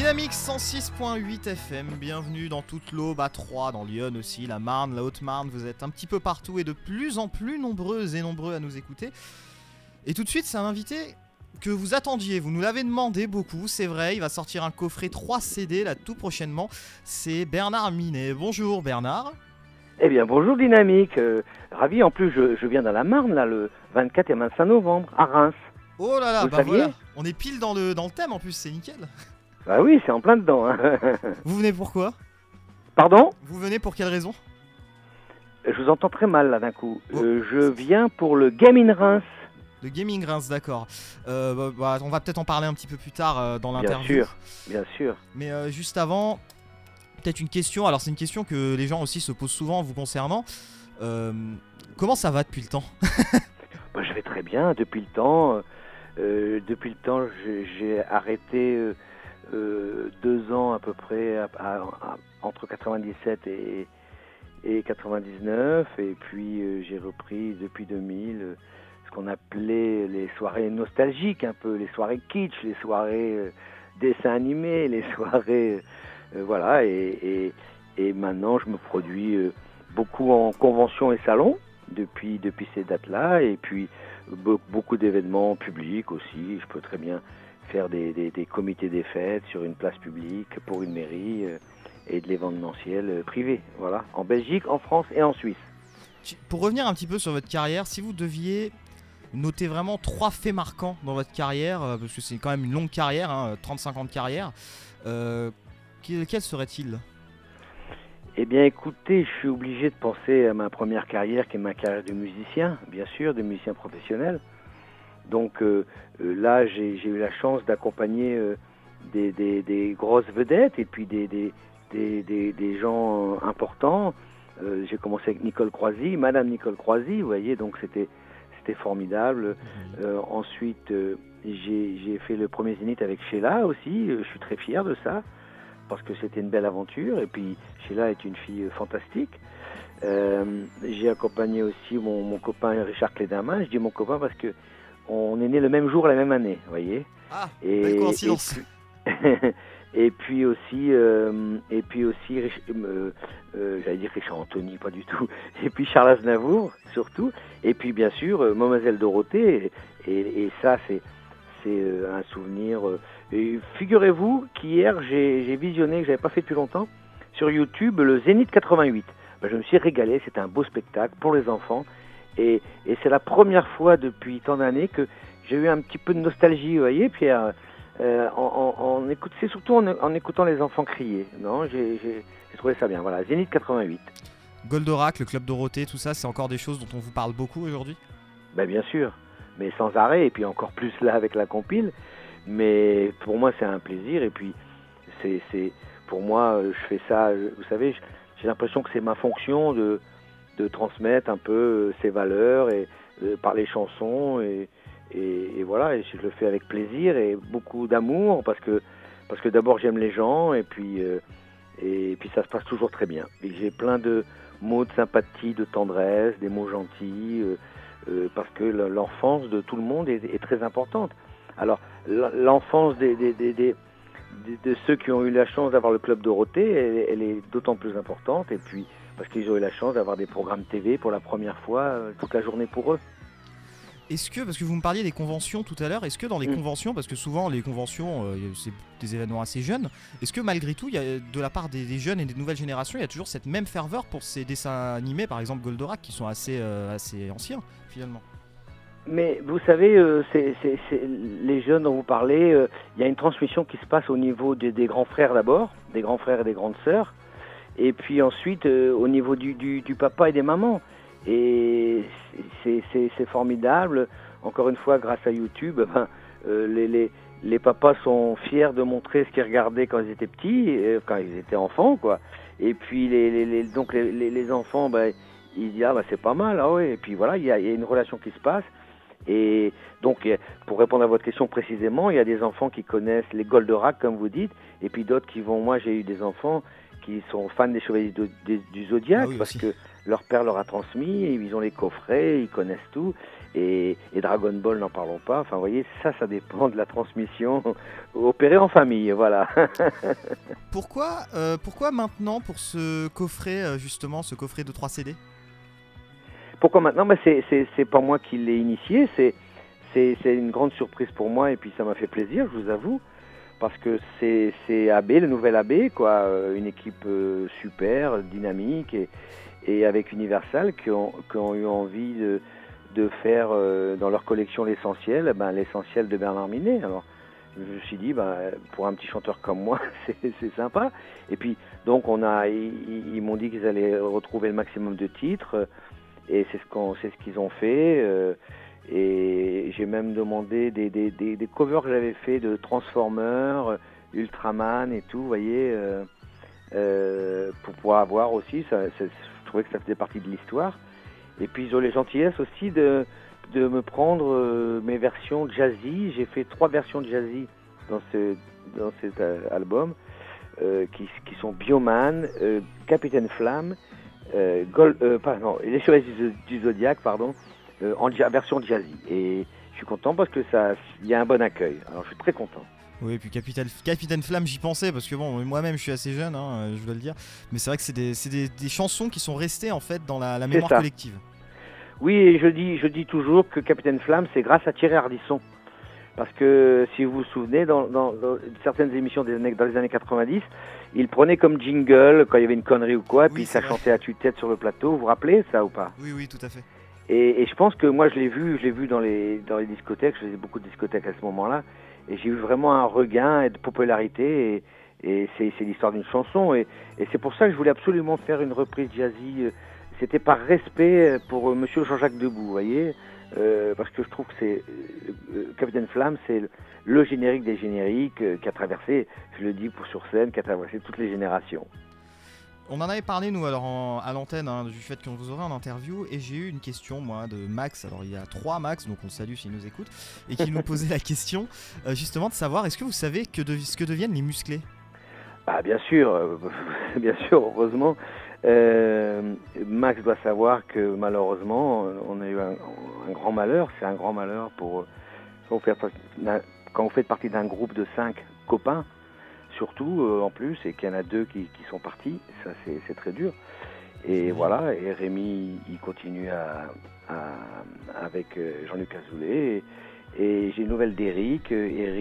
Dynamique 106.8 FM, bienvenue dans toute l'Aube, à Troyes, dans Lyon aussi, la Marne, la Haute-Marne, vous êtes un petit peu partout et de plus en plus nombreuses et nombreux à nous écouter. Et tout de suite, c'est un invité que vous attendiez, vous nous l'avez demandé beaucoup, c'est vrai, il va sortir un coffret 3 CD là tout prochainement, c'est Bernard Minet. Bonjour Bernard. Eh bien bonjour Dynamique, ravi, en plus je viens dans la Marne là, le 24 et 25 novembre, à Reims. Oh là là, vous bah saviez voilà, on est pile dans le thème en plus, c'est nickel. Bah oui, c'est en plein dedans. Hein. Vous venez pourquoi ? Pardon ? Vous venez pour quelle raison ? Je vous entends très mal là d'un coup. Oh. Je viens pour le Gaming Reims. Le Gaming Reims, d'accord. On va peut-être en parler un petit peu plus tard dans l'interview. Bien sûr. Mais juste avant, peut-être une question. Alors c'est une question que les gens aussi se posent souvent vous concernant. Comment ça va depuis le temps ? Bah, je vais très bien depuis le temps. J'ai arrêté 2 ans à peu près entre 97 et 99. Et puis j'ai repris depuis 2000 ce qu'on appelait les soirées nostalgiques un peu, les soirées kitsch, les soirées dessins animés, les soirées... voilà, et maintenant je me produis beaucoup en convention et salon depuis ces dates-là, et puis beaucoup d'événements publics aussi. Je peux très bien faire des comités des fêtes sur une place publique pour une mairie et de l'événementiel privé, voilà, en Belgique, en France et en Suisse. Pour revenir un petit peu sur votre carrière, si vous deviez noter vraiment 3 faits marquants dans votre carrière, parce que c'est quand même une longue carrière, hein, 35 ans de carrière, quels seraient-ils ? Eh bien écoutez, je suis obligé de penser à ma première carrière qui est ma carrière de musicien, bien sûr, de musicien professionnel. Donc là, j'ai eu la chance d'accompagner des grosses vedettes et puis des gens importants. J'ai commencé avec Nicole Croisy, Madame Nicole Croisy, vous voyez, donc c'était formidable. Ensuite, j'ai fait le premier Zénith avec Sheila aussi, je suis très fier de ça, parce que c'était une belle aventure, et puis Sheila est une fille fantastique. J'ai accompagné aussi mon copain Richard Clédamin. Je dis mon copain parce que on est né le même jour, la même année, vous voyez. Ah, belle coïncidence. Et puis aussi, j'allais dire Richard Anthony, pas du tout. Et puis Charles Aznavour, surtout. Et puis bien sûr, Mademoiselle Dorothée. Et ça, c'est un souvenir. Et figurez-vous qu'hier, j'ai visionné, que j'avais pas fait depuis longtemps, sur YouTube, le Zénith 88. Ben, je me suis régalé, c'était un beau spectacle pour les enfants. Et c'est la première fois depuis tant d'années que j'ai eu un petit peu de nostalgie, vous voyez, Pierre. C'est surtout en écoutant les enfants crier. Non, j'ai trouvé ça bien. Voilà, Zénith 88. Goldorak, le Club Dorothée, tout ça, c'est encore des choses dont on vous parle beaucoup aujourd'hui ? Ben bien sûr, mais sans arrêt, et puis encore plus là avec la compile. Mais pour moi, c'est un plaisir, et puis pour moi, je fais ça, vous savez, j'ai l'impression que c'est ma fonction de transmettre un peu ces valeurs et par les chansons, et voilà, et je le fais avec plaisir et beaucoup d'amour, parce que d'abord j'aime les gens, et puis ça se passe toujours très bien. Et j'ai plein de mots de sympathie, de tendresse, des mots gentils, parce que l'enfance de tout le monde est très importante. Alors l'enfance de ceux qui ont eu la chance d'avoir le Club Dorothée, elle est d'autant plus importante, et puis parce qu'ils ont eu la chance d'avoir des programmes TV pour la première fois toute la journée pour eux. Est-ce que, parce que vous me parliez des conventions tout à l'heure, est-ce que dans les conventions, parce que souvent les conventions, c'est des événements assez jeunes, est-ce que malgré tout, il y a, de la part des jeunes et des nouvelles générations, il y a toujours cette même ferveur pour ces dessins animés, par exemple Goldorak, qui sont assez anciens finalement ? Mais vous savez, les jeunes dont vous parlez, il y a une transmission qui se passe au niveau des grands frères d'abord, des grands frères et des grandes sœurs, et puis ensuite au niveau du papa et des mamans. Et c'est formidable. Encore une fois, grâce à YouTube, les papas sont fiers de montrer ce qu'ils regardaient quand ils étaient petits, quand ils étaient enfants, quoi. Et puis donc les enfants, ils disent c'est pas mal, ah ouais. Et puis voilà, il y a une relation qui se passe. Et donc, pour répondre à votre question précisément, il y a des enfants qui connaissent les Goldorak, comme vous dites, et puis d'autres qui vont... Moi, j'ai eu des enfants qui sont fans des Chevaliers du Zodiac, parce que leur père leur a transmis, et ils ont les coffrets, ils connaissent tout. Et Dragon Ball, n'en parlons pas. Enfin, vous voyez, ça dépend de la transmission opérée en famille, voilà. Pourquoi maintenant pour ce coffret, justement, ce coffret de 3 CD? Pourquoi maintenant? C'est pas moi qui l'ai initié, c'est une grande surprise pour moi, et puis ça m'a fait plaisir, je vous avoue, parce que c'est AB, le nouvel AB, quoi, une équipe super, dynamique, et avec Universal, qui ont eu envie de faire dans leur collection l'essentiel de Bernard Minet. Alors je me suis dit, pour un petit chanteur comme moi, c'est sympa. Et puis donc ils m'ont dit qu'ils allaient retrouver le maximum de titres, et c'est ce qu'ils ont fait. Et j'ai même demandé des covers que j'avais fait de Transformers, Ultraman et tout, vous voyez, pour pouvoir avoir aussi. Je trouvais que ça faisait partie de l'histoire. Et puis ils ont les gentillesses aussi de me prendre mes versions jazzy. J'ai fait 3 versions jazzy dans cet album, qui sont Bioman, Capitaine Flamme, Les Chevaliers du Zodiac, en version jazzy. Et je suis content parce que il y a un bon accueil. Alors je suis très content. Oui, et puis Capitaine Flamme, j'y pensais parce que bon, moi-même je suis assez jeune, je dois le dire, mais c'est vrai que c'est des chansons qui sont restées en fait dans la mémoire collective. Oui, et je dis toujours que Capitaine Flamme, c'est grâce à Thierry Ardisson, parce que si vous vous souvenez, dans certaines émissions dans les années 90, il prenait comme jingle quand il y avait une connerie ou quoi, puis ça chantait à tue-tête sur le plateau. Vous vous rappelez ça ou pas? Oui, tout à fait. Et je pense que moi je l'ai vu dans les discothèques. Je faisais beaucoup de discothèques à ce moment-là. Et j'ai eu vraiment un regain de popularité, et c'est l'histoire d'une chanson, et c'est pour ça que je voulais absolument faire une reprise jazzy. C'était par respect pour Monsieur Jean-Jacques Debout, vous voyez, parce que je trouve que c'est Capitaine Flamme, c'est le générique des génériques qui a traversé, je le dis sur scène, qui a traversé toutes les générations. On en avait parlé, nous, alors à l'antenne, du fait qu'on vous aurait en interview, et j'ai eu une question, moi, de Max. Alors, il y a 3 Max, donc on le salue s'il nous écoute, et qui nous posait la question, justement, de savoir, est-ce que vous savez ce que deviennent les musclés? Bien sûr, heureusement. Max doit savoir que, malheureusement, on a eu un grand malheur. C'est un grand malheur quand vous faites partie d'un groupe de 5 copains, surtout en plus, et qu'il y en a 2 qui sont partis, ça c'est très dur. Et voilà, et Rémi il continue avec Jean-Luc Azoulay, et j'ai une nouvelle d'Eric.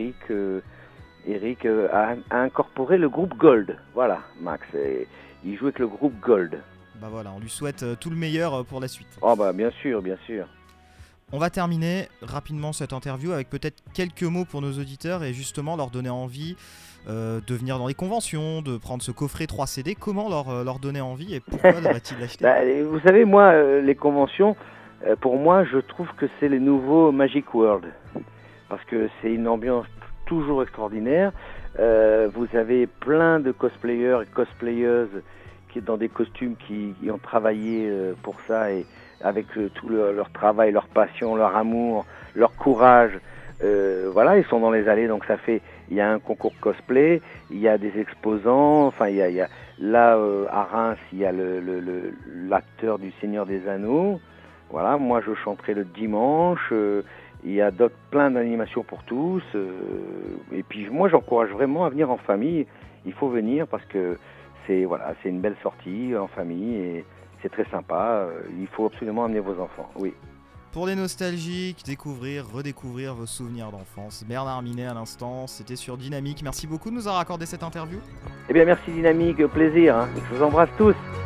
Eric a incorporé le groupe Gold. Voilà, Max, il joue avec le groupe Gold. Voilà, on lui souhaite tout le meilleur pour la suite. Bien sûr. On va terminer rapidement cette interview avec peut-être quelques mots pour nos auditeurs, et justement leur donner envie de venir dans les conventions, de prendre ce coffret 3 CD. Comment leur donner envie, et pourquoi devraient-ils l'acheter? Vous savez, moi, les conventions, pour moi, je trouve que c'est les nouveaux Magic World, parce que c'est une ambiance toujours extraordinaire. Vous avez plein de cosplayers et cosplayeuses qui dans des costumes qui ont travaillé pour ça, et avec tout leur travail, leur passion, leur amour, leur courage. Ils sont dans les allées, donc il y a un concours cosplay, il y a des exposants, il y a là à Reims, il y a l'acteur du Seigneur des Anneaux. Voilà, moi je chanterai le dimanche. Il y a plein d'animations pour tous, et puis moi j'encourage vraiment à venir en famille. Il faut venir parce que c'est une belle sortie en famille, et c'est très sympa. Il faut absolument amener vos enfants, oui. Pour les nostalgiques, redécouvrir vos souvenirs d'enfance. Bernard Minet à l'instant, c'était sur Dynamique. Merci beaucoup de nous avoir accordé cette interview. Merci Dynamique, plaisir. Je vous embrasse tous.